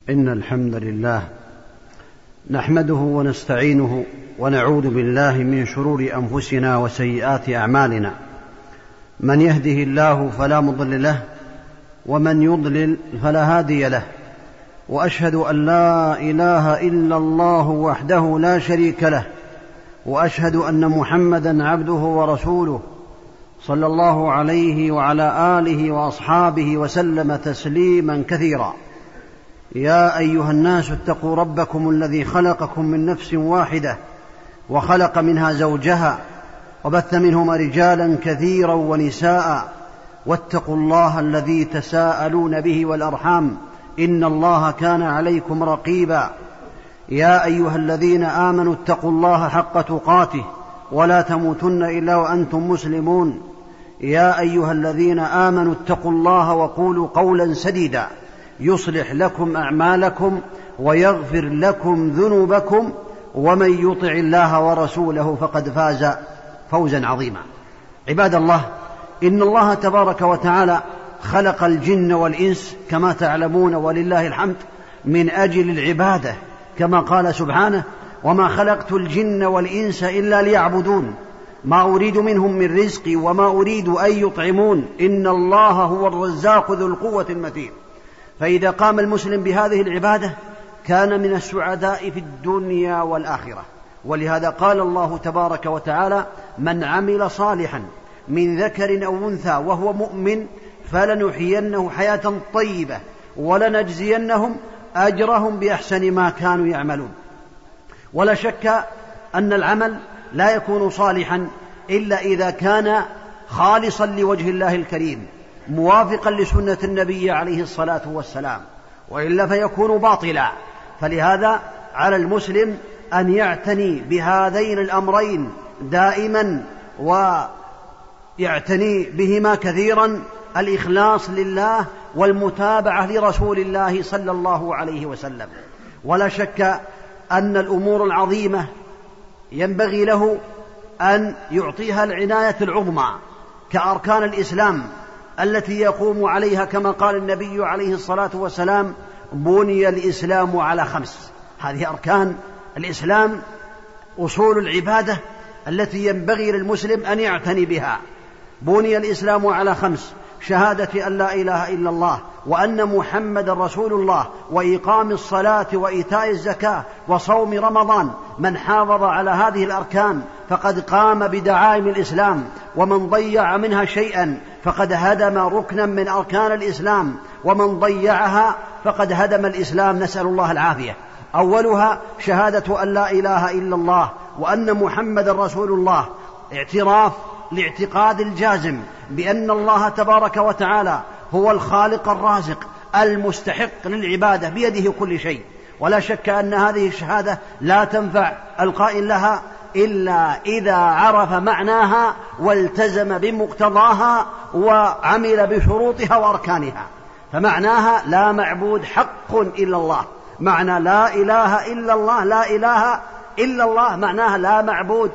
إن الحمد لله نحمده ونستعينه ونعوذ بالله من شرور أنفسنا وسيئات أعمالنا. من يهده الله فلا مضل له ومن يضلل فلا هادي له، وأشهد أن لا إله إلا الله وحده لا شريك له، وأشهد أن محمدا عبده ورسوله صلى الله عليه وعلى آله وأصحابه وسلم تسليما كثيرا. يا أيها الناس اتقوا ربكم الذي خلقكم من نفس واحدة وخلق منها زوجها وبث منهما رجالا كثيرا ونساء، واتقوا الله الذي تساءلون به والأرحام إن الله كان عليكم رقيبا. يا أيها الذين آمنوا اتقوا الله حق تقاته ولا تموتن إلا وأنتم مسلمون. يا أيها الذين آمنوا اتقوا الله وقولوا قولا سديدا يصلح لكم أعمالكم ويغفر لكم ذنوبكم، ومن يطع الله ورسوله فقد فاز فوزا عظيما. عباد الله، إن الله تبارك وتعالى خلق الجن والإنس كما تعلمون ولله الحمد من أجل العبادة، كما قال سبحانه: وما خلقت الجن والإنس إلا ليعبدون ما أريد منهم من رزق وما أريد أن يطعمون إن الله هو الرزاق ذو القوة المتين. فإذا قام المسلم بهذه العبادة كان من السعداء في الدنيا والآخرة. ولهذا قال الله تبارك وتعالى: من عمل صالحا من ذكر أو أنثى وهو مؤمن فلنحيينه حياة طيبة ولنجزينهم أجرهم بأحسن ما كانوا يعملون. ولا شك أن العمل لا يكون صالحا إلا إذا كان خالصا لوجه الله الكريم، موافقا لسنة النبي عليه الصلاة والسلام، وإلا فيكون باطلا. فلهذا على المسلم أن يعتني بهذين الأمرين دائما ويعتني بهما كثيرا: الإخلاص لله والمتابعة لرسول الله صلى الله عليه وسلم. ولا شك أن الأمور العظيمة ينبغي له أن يعطيها العناية العظمى، كأركان الإسلام التي يقوم عليها، كما قال النبي عليه الصلاة والسلام: بني الإسلام على 5. هذه أركان الإسلام، أصول العبادة التي ينبغي للمسلم أن يعتني بها. بني الإسلام على 5: شهادة أن لا إله إلا الله وأن محمد رسول الله، وإقام الصلاة وإيتاء الزكاة وصوم رمضان. من حافظ على هذه الأركان فقد قام بدعائم الإسلام، ومن ضيع منها شيئا فقد هدم ركنا من أركان الإسلام، ومن ضيعها فقد هدم الإسلام، نسأل الله العافية. أولها شهادة أن لا إله إلا الله وأن محمد رسول الله، اعتراف لاعتقاد الجازم بأن الله تبارك وتعالى هو الخالق الرازق المستحق للعبادة، بيده كل شيء. ولا شك أن هذه الشهادة لا تنفع القائل لها إلا إذا عرف معناها والتزم بمقتضاها وعمل بشروطها وأركانها. فمعناها: لا معبود حق إلا الله. معنى لا إله إلا الله، لا إله إلا الله معناها لا معبود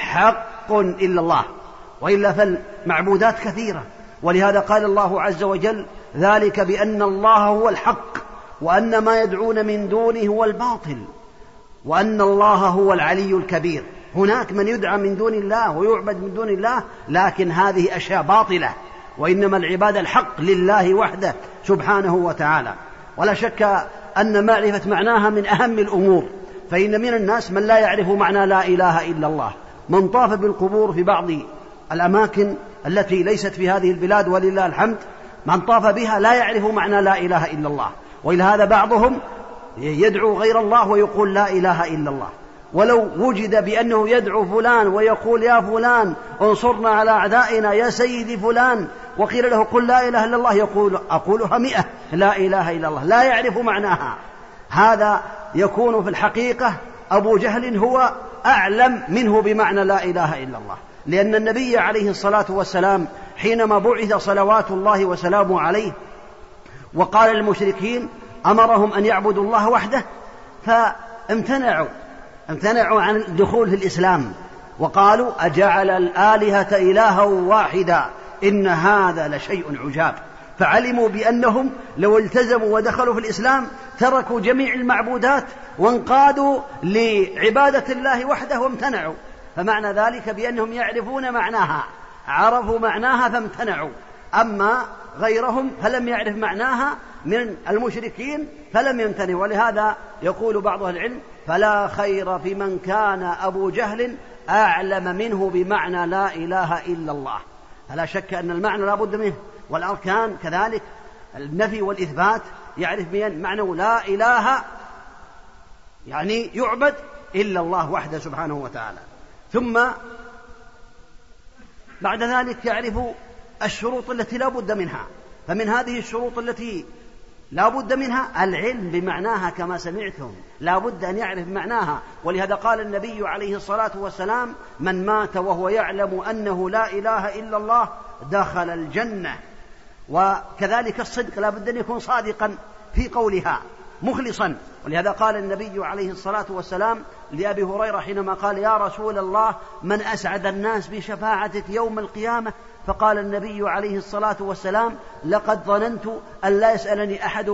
حق إلا الله، وإلا فالمعبودات كثيرة. ولهذا قال الله عز وجل: ذلك بأن الله هو الحق وأن ما يدعون من دونه هو الباطل وأن الله هو العلي الكبير. هناك من يدعى من دون الله ويعبد من دون الله، لكن هذه أشياء باطلة، وإنما العبادة الحق لله وحده سبحانه وتعالى. ولا شك أن معرفة معناها من أهم الأمور، فإن من الناس من لا يعرف معنى لا إله إلا الله. من طاف بالقبور في بعض الأماكن التي ليست في هذه البلاد ولله الحمد، من طاف بها لا يعرف معنى لا إله إلا الله، وإلى هذا بعضهم يدعو غير الله ويقول لا إله إلا الله. ولو وجد بأنه يدعو فلان ويقول: يا فلان انصرنا على أعدائنا يا سيدي فلان، وقيل له: قل لا إله إلا الله، يقول: أقولها 100 لا إله إلا الله، لا يعرف معناها. هذا يكون في الحقيقة أبو جهل هو أعلم منه بمعنى لا إله إلا الله، لأن النبي عليه الصلاة والسلام حينما بعث صلوات الله وسلامه عليه وقال للمشركين أمرهم أن يعبدوا الله وحده، فامتنعوا عن الدخول في الإسلام، وقالوا: أجعل الآلهة إلها واحدا إن هذا لشيء عجاب. فعلموا بأنهم لو التزموا ودخلوا في الإسلام تركوا جميع المعبودات وانقادوا لعبادة الله وحده وامتنعوا. فمعنى ذلك بأنهم يعرفون معناها، عرفوا معناها فامتنعوا. أما غيرهم فلم يعرف معناها من المشركين فلم يمتنعوا. ولهذا يقول بعض أهل العلم: فلا خير في من كان أبو جهل أعلم منه بمعنى لا إله إلا الله. فلا شك أن المعنى لا بد منه، والأركان كذلك، النفي والإثبات يعرف معنى لا إله يعني يعبد إلا الله وحده سبحانه وتعالى. ثم بعد ذلك يعرف الشروط التي لا بد منها. فمن هذه الشروط التي لا بد منها العلم بمعناها كما سمعتم، لا بد أن يعرف معناها. ولهذا قال النبي عليه الصلاة والسلام: من مات وهو يعلم أنه لا إله إلا الله دخل الجنة. وكذلك الصدق لا بد أن يكون صادقا في قولها مخلصا. ولهذا قال النبي عليه الصلاة والسلام لأبي هريرة حينما قال: يا رسول الله من أسعد الناس بشفاعتك يوم القيامة؟ فقال النبي عليه الصلاة والسلام: لقد ظننت أن لا يسألني أحد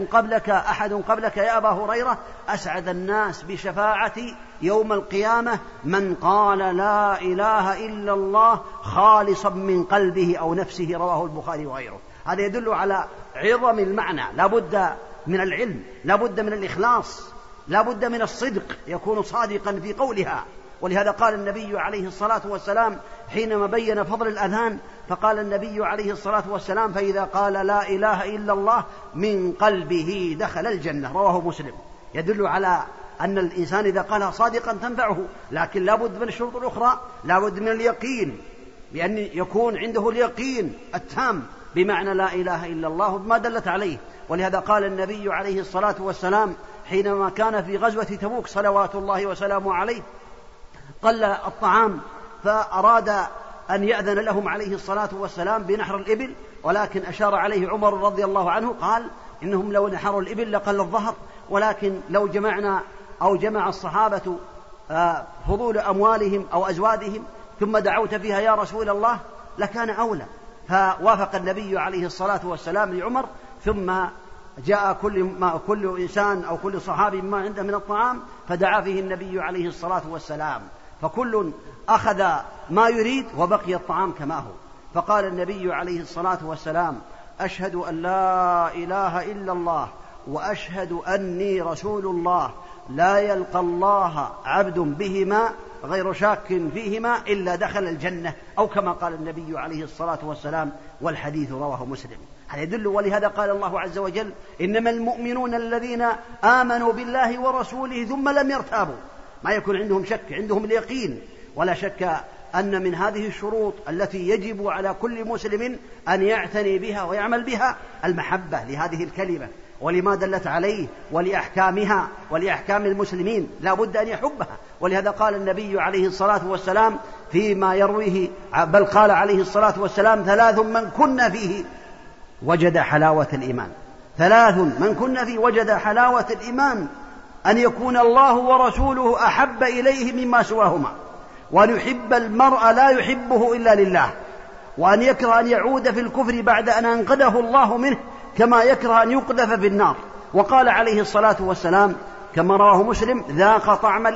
قبلك يا أبا هريرة أسعد الناس بشفاعتي يوم القيامة من قال لا إله إلا الله خالصا من قلبه أو نفسه. رواه البخاري وغيره. هذا يدل على عظم المعنى. لا بد من العلم، لا بد من الإخلاص، لا بد من الصدق، يكون صادقا في قولها. ولهذا قال النبي عليه الصلاة والسلام حينما بين فضل الأذان فقال النبي عليه الصلاة والسلام: فإذا قال لا إله إلا الله من قلبه دخل الجنة. رواه مسلم. يدل على أن الإنسان إذا قالها صادقا تنفعه. لكن لا بد من الشروط الأخرى، لا بد من اليقين، بأن يكون عنده اليقين التام بمعنى لا إله إلا الله بما دلت عليه. ولهذا قال النبي عليه الصلاة والسلام حينما كان في غزوة تبوك صلوات الله وسلامه عليه قل الطعام، فأراد أن يأذن لهم عليه الصلاة والسلام بنحر الإبل، ولكن أشار عليه عمر رضي الله عنه قال: إنهم لو نحروا الإبل لقل الظهر، ولكن لو جمع الصحابة فضول أموالهم أو أزوادهم ثم دعوت فيها يا رسول الله لكان أولى. فوافق النبي عليه الصلاة والسلام لعمر، ثم جاء كل إنسان أو كل صحابي ما عنده من الطعام فدعا فيه النبي عليه الصلاة والسلام، فكل أخذ ما يريد وبقي الطعام كما هو. فقال النبي عليه الصلاة والسلام: أشهد أن لا إله إلا الله وأشهد أني رسول الله، لا يلقى الله عبد بهما غير شاك فيهما إلا دخل الجنة، أو كما قال النبي عليه الصلاة والسلام، والحديث رواه مسلم. هذا يدل. ولهذا قال الله عز وجل: إنما المؤمنون الذين آمنوا بالله ورسوله ثم لم يرتابوا. ما يكون عندهم شك، عندهم اليقين. ولا شك أن من هذه الشروط التي يجب على كل مسلم أن يعتني بها ويعمل بها المحبة لهذه الكلمة ولما دلت عليه ولأحكامها ولأحكام المسلمين، لا بد أن يحبها. ولهذا قال النبي عليه الصلاة والسلام فيما يرويه، بل قال عليه الصلاة والسلام: 3 من كن فيه وجد حلاوة الإيمان. 3 من كن فيه وجد حلاوة الإيمان: أن يكون الله ورسوله أحب إليه مما سواهما، وأن يحب المرء لا يحبه إلا لله، وأن يكره أن يعود في الكفر بعد أن أنقذه الله منه، كما يكره أن يقذف في النار. وقال عليه الصلاة والسلام كما رواه مسلم: ذاق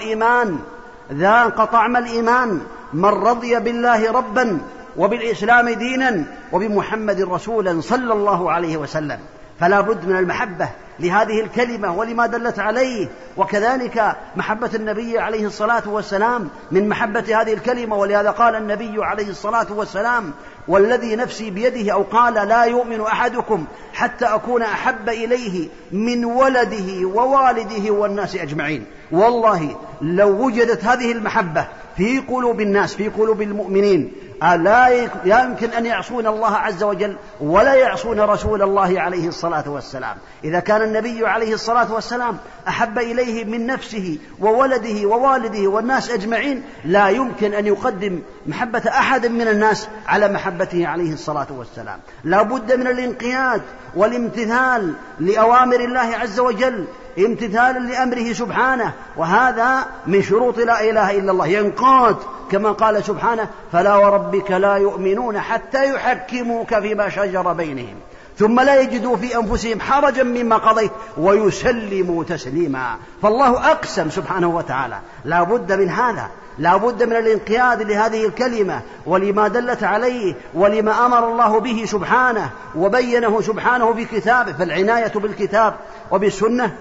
طعم الإيمان من رضي بالله ربا وبالإسلام دينا وبمحمد رسولا صلى الله عليه وسلم. فلا بد من المحبة لهذه الكلمة ولما دلت عليه، وكذلك محبة النبي عليه الصلاة والسلام من محبة هذه الكلمة. ولهذا قال النبي عليه الصلاة والسلام: والذي نفسي بيده، أو قال: لا يؤمن أحدكم حتى أكون أحب إليه من ولده ووالده والناس أجمعين. والله لو وجدت هذه المحبة في قلوب الناس، في قلوب المؤمنين، لا يمكن أن يعصون الله عز وجل ولا يعصون رسول الله عليه الصلاة والسلام. إذا كان النبي عليه الصلاة والسلام أحب إليه من نفسه وولده ووالده والناس أجمعين، لا يمكن أن يقدم محبة أحد من الناس على محبته عليه الصلاة والسلام. لا بد من الانقياد والامتثال لأوامر الله عز وجل، امتثالا لأمره سبحانه، وهذا من شروط لا إله إلا الله. ينقاد كما قال سبحانه: فلا وربك لا يؤمنون حتى يحكموك فيما شجر بينهم ثم لا يجدوا في أنفسهم حرجا مما قضيت ويسلموا تسليما. فالله أقسم سبحانه وتعالى. لا بد من هذا، لا بد من الانقياد لهذه الكلمة ولما دلت عليه ولما أمر الله به سبحانه وبينه سبحانه في كتابه. فالعناية بالكتاب وبالسنة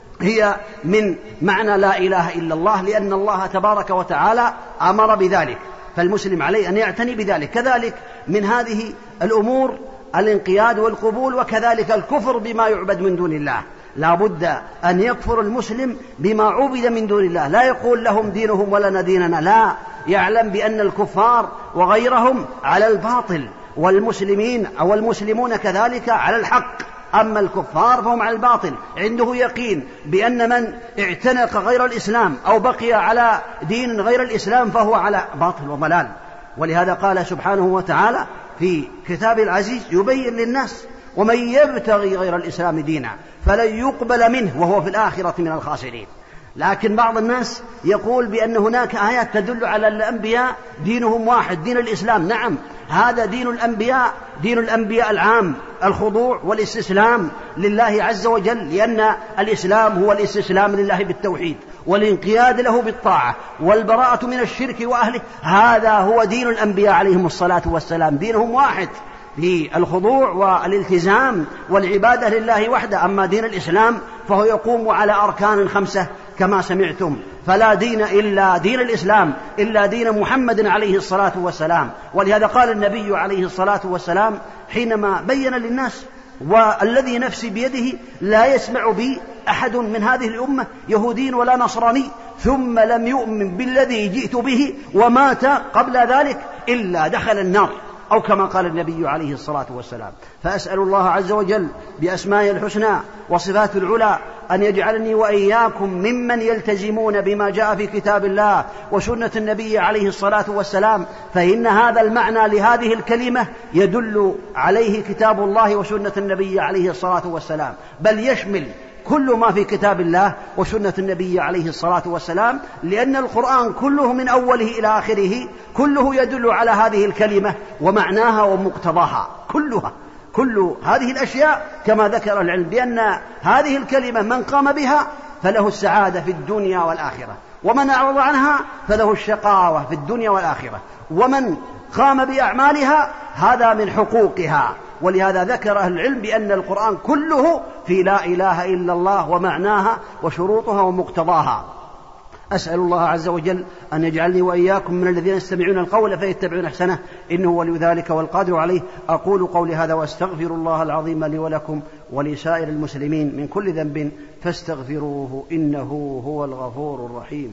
هي من معنى لا إله إلا الله، لأن الله تبارك وتعالى أمر بذلك، فالمسلم عليه أن يعتني بذلك. كذلك من هذه الأمور الانقياد والقبول، وكذلك الكفر بما يعبد من دون الله. لا بد أن يكفر المسلم بما عبد من دون الله، لا يقول لهم دينهم ولنا ديننا، لا، يعلم بأن الكفار وغيرهم على الباطل والمسلمين أو المسلمون كذلك على الحق، أما الكفار فهم على الباطل. عنده يقين بأن من اعتنق غير الإسلام أو بقي على دين غير الإسلام فهو على باطل وضلال. ولهذا قال سبحانه وتعالى في كتاب العزيز يبين للناس: ومن يبتغي غير الإسلام دينا فلن يقبل منه وهو في الآخرة من الخاسرين. لكن بعض الناس يقول بأن هناك آيات تدل على الأنبياء دينهم واحد، دين الإسلام. نعم، هذا دين الأنبياء، دين الأنبياء العام، الخضوع والاستسلام لله عز وجل، لأن الإسلام هو الاستسلام لله بالتوحيد والانقياد له بالطاعة والبراءة من الشرك وأهله. هذا هو دين الأنبياء عليهم الصلاة والسلام، دينهم واحد في الخضوع والالتزام والعبادة لله وحده. أما دين الإسلام فهو يقوم على أركان 5 كما سمعتم، فلا دين إلا دين الإسلام، إلا دين محمد عليه الصلاة والسلام. ولهذا قال النبي عليه الصلاة والسلام حينما بين للناس: والذي نفسي بيده لا يسمع بي أحد من هذه الأمة يهودي ولا نصراني ثم لم يؤمن بالذي جئت به ومات قبل ذلك إلا دخل النار، أو كما قال النبي عليه الصلاة والسلام. فأسأل الله عز وجل بأسمائه الحسنى وصفاته العلى أن يجعلني وإياكم ممن يلتزمون بما جاء في كتاب الله وسنة النبي عليه الصلاة والسلام، فإن هذا المعنى لهذه الكلمة يدل عليه كتاب الله وسنة النبي عليه الصلاة والسلام، بل يشمل كل ما في كتاب الله وسنة النبي عليه الصلاة والسلام، لأن القرآن كله من أوله إلى آخره كله يدل على هذه الكلمة ومعناها ومقتضاها كلها. كل هذه الأشياء كما ذكر العلم بأن هذه الكلمة من قام بها فله السعادة في الدنيا والآخرة، ومن أعرض عنها فله الشقاوة في الدنيا والآخرة، ومن قام بأعمالها هذا من حقوقها. ولهذا ذكر أهل العلم بأن القرآن كله في لا إله إلا الله ومعناها وشروطها ومقتضاها. أسأل الله عز وجل أن يجعلني وإياكم من الذين يستمعون القول فيتبعون أحسنه، إنه ولي ذلك والقادر عليه. أقول قولي هذا وأستغفر الله العظيم لي ولكم ولسائر المسلمين من كل ذنب فاستغفروه إنه هو الغفور الرحيم.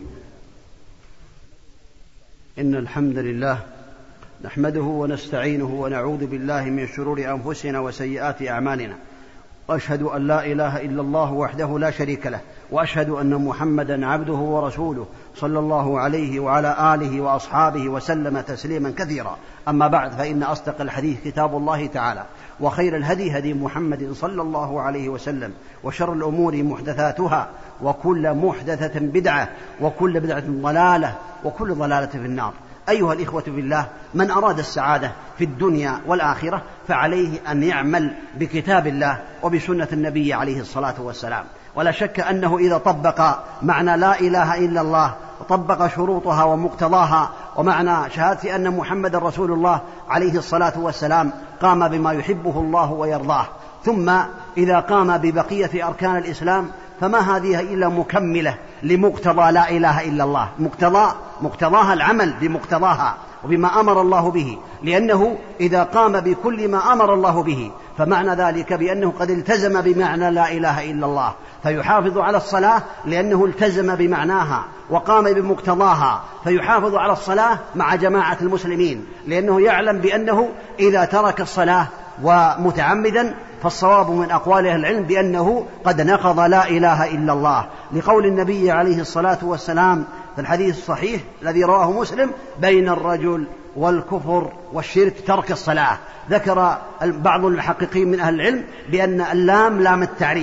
إن الحمد لله نحمده ونستعينه ونعوذ بالله من شرور أنفسنا وسيئات أعمالنا، وأشهد أن لا إله إلا الله وحده لا شريك له، وأشهد أن محمدا عبده ورسوله صلى الله عليه وعلى آله وأصحابه وسلم تسليما كثيرا. أما بعد، فإن أصدق الحديث كتاب الله تعالى، وخير الهدي هدي محمد صلى الله عليه وسلم، وشر الأمور محدثاتها، وكل محدثة بدعة، وكل بدعة ضلالة، وكل ضلالة في النار. أيها الإخوة بالله، من أراد السعادة في الدنيا والآخرة فعليه أن يعمل بكتاب الله وبسنة النبي عليه الصلاة والسلام. ولا شك أنه إذا طبق معنى لا إله إلا الله وطبق شروطها ومقتضاها ومعنى شهادة أن محمد رسول الله عليه الصلاة والسلام قام بما يحبه الله ويرضاه، ثم إذا قام ببقية أركان الإسلام فما هذه إلا مكملة لمقتضى لا إله إلا الله. مقتضاها العمل بمقتضاها وبما أمر الله به، لأنه إذا قام بكل ما أمر الله به فمعنى ذلك بأنه قد التزم بمعنى لا إله إلا الله، فيحافظ على الصلاة لأنه التزم بمعناها وقام بمقتضاها، فيحافظ على الصلاة مع جماعة المسلمين، لأنه يعلم بأنه إذا ترك الصلاة ومتعمدا فالصواب من أقوال أهل العلم بأنه قد نقض لا إله إلا الله، لقول النبي عليه الصلاة والسلام في الحديث الصحيح الذي رواه مسلم: بين الرجل والكفر والشرك ترك الصلاة. ذكر بعض المحققين من أهل العلم بأن اللام لام التعريف،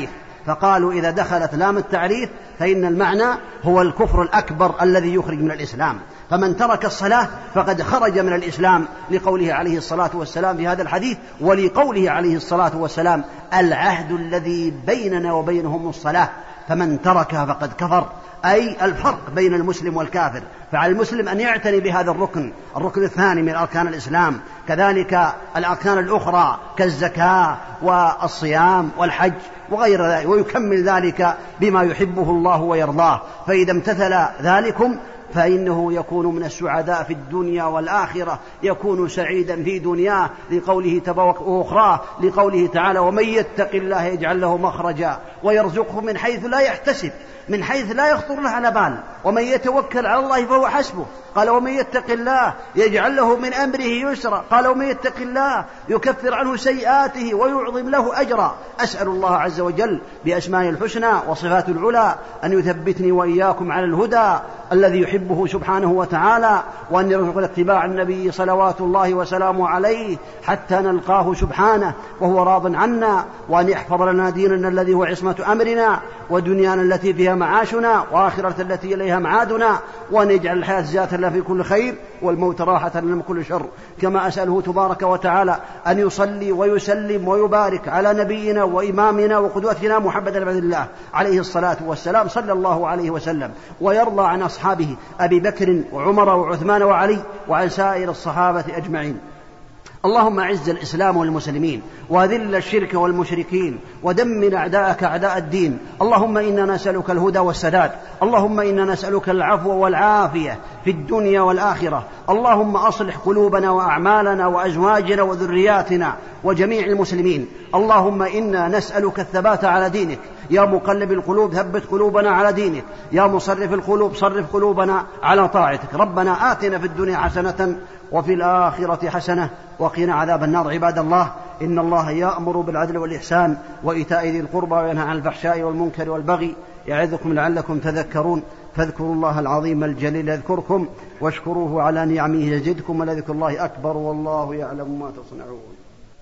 فقالوا إذا دخلت لام التعريف فإن المعنى هو الكفر الأكبر الذي يخرج من الإسلام، فمن ترك الصلاة فقد خرج من الإسلام، لقوله عليه الصلاة والسلام في هذا الحديث، ولقوله عليه الصلاة والسلام العهد الذي بيننا وبينهم الصلاة، فمن تركها فقد كفر، أي الفرق بين المسلم والكافر. فعلى المسلم أن يعتني بهذا الركن الثاني من أركان الإسلام، كذلك الأركان الأخرى كالزكاة والصيام والحج وغير ذلك، ويكمل ذلك بما يحبه الله ويرضاه. فإذا امتثل ذلكم فإنه يكون من السعداء في الدنيا والآخرة، يكون سعيدا في دنياه، لقوله تبارك وأخرى، لقوله تعالى ومن يتق الله يجعل له مخرجا ويرزقه من حيث لا يحتسب، من حيث لا يخطر له على بال، ومن يتوكل على الله فهو حسبه. قال ومن يتق الله يجعل له من أمره يسرا، قال ومن يتق الله يكفر عنه سيئاته ويعظم له أجرا. أسأل الله عز وجل بأسمائه الحسنى وصفاته العلى أن يثبتني وإياكم على الهدى الذي يحبه سبحانه وتعالى، وأن يرزقنا اتباع النبي صلوات الله وسلامه عليه حتى نلقاه سبحانه وهو راض عنا، وأن يحفظ لنا ديننا الذي هو عصمة أمرنا، ودنيانا التي فيها معاشنا، وآخرة التي إليها معادنا، وأن يجعل الحياة زيادة لنا في كل خير والموت راحة لنا من كل شر. كما أسأله تبارك وتعالى أن يصلي ويسلم ويبارك على نبينا وإمامنا وقدوتنا محمد بن عبد الله عليه الصلاة والسلام صلى الله عليه وسلم، ويرضى عن أصحابه أبي بكر وعمر وعثمان وعلي وعن سائر الصحابة أجمعين. اللهم أعز الإسلام والمسلمين، وأذل الشرك والمشركين، ودمر أعداءك أعداء الدين. اللهم إنا نسألك الهدى والسداد، اللهم إنا نسألك العفو والعافية في الدنيا والآخرة. اللهم أصلح قلوبنا وأعمالنا وأزواجنا وذرياتنا وجميع المسلمين. اللهم إنا نسألك الثبات على دينك، يا مقلب القلوب ثبت قلوبنا على دينك، يا مصرف القلوب صرف قلوبنا على طاعتك. ربنا آتنا في الدنيا حسنة وفي الآخرة حسنة وقنا عذاب النار. عباد الله، إن الله يأمر بالعدل والإحسان وإيتاء ذي القربى وينهى عن الفحشاء والمنكر والبغي يعظكم لعلكم تذكرون. فاذكروا الله العظيم الجليل يذكركم، واشكروه على نعمه يزدكم، ولذكر الله أكبر، والله يعلم ما تصنعون.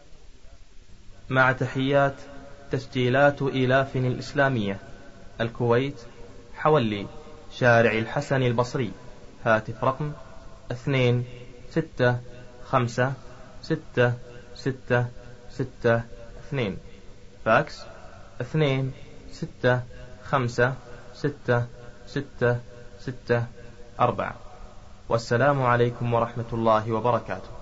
مع تحيات تسجيلات إلاف الإسلامية، الكويت، حولي، شارع الحسن البصري. هاتف رقم 2-6-5-6-6-6-2. فاكس 2-6-5-6-6-6-4. والسلام عليكم ورحمة الله وبركاته.